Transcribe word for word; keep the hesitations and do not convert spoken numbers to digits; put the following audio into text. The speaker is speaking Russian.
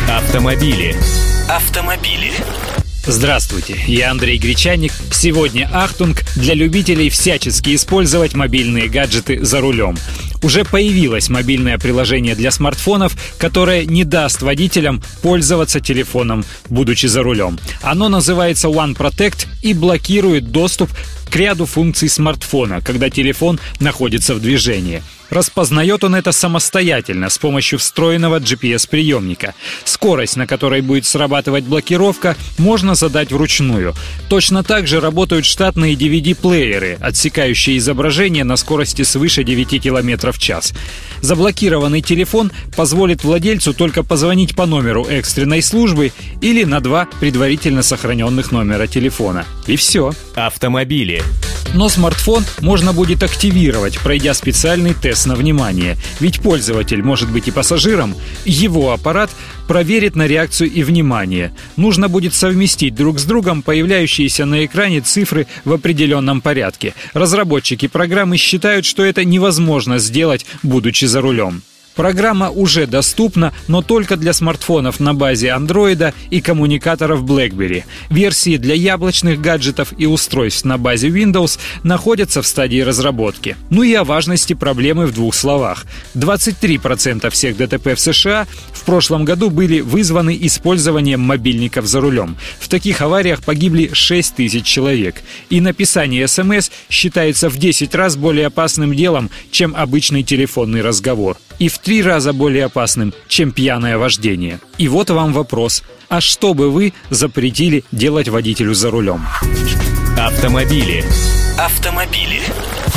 Автомобили. Автомобили. Здравствуйте, я Андрей Гречанник. Сегодня «Ахтунг» для любителей всячески использовать мобильные гаджеты за рулем. Уже появилось мобильное приложение для смартфонов, которое не даст водителям пользоваться телефоном, будучи за рулем. Оно называется One Protect и блокирует доступ к ряду функций смартфона, когда телефон находится в движении. Распознает он это самостоятельно с помощью встроенного джи пи эс-приемника. Скорость, на которой будет срабатывать блокировка, можно задать вручную. Точно так же работают штатные ди ви ди-плееры, отсекающие изображение на скорости свыше девяти километров в час. Заблокированный телефон позволит владельцу только позвонить по номеру экстренной службы или на два предварительно сохраненных номера телефона. И все. Автомобили. Но смартфон можно будет активировать, пройдя специальный тест на внимание. Ведь пользователь может быть и пассажиром. Его аппарат проверит на реакцию и внимание. Нужно будет совместить друг с другом появляющиеся на экране цифры в определенном порядке. Разработчики программы считают, что это невозможно сделать, будучи за рулем. Программа уже доступна, но только для смартфонов на базе Android и коммуникаторов BlackBerry. Версии для яблочных гаджетов и устройств на базе Windows находятся в стадии разработки. Ну и о важности проблемы в двух словах. двадцать три процента всех ДТП в США в прошлом году были вызваны использованием мобильников за рулем. В таких авариях погибли шесть тысяч человек. И написание эс эм эс считается в десять раз более опасным делом, чем обычный телефонный разговор. И в три раза более опасным, чем пьяное вождение. И вот вам вопрос. А что бы вы запретили делать водителю за рулем? Автомобили. Автомобили.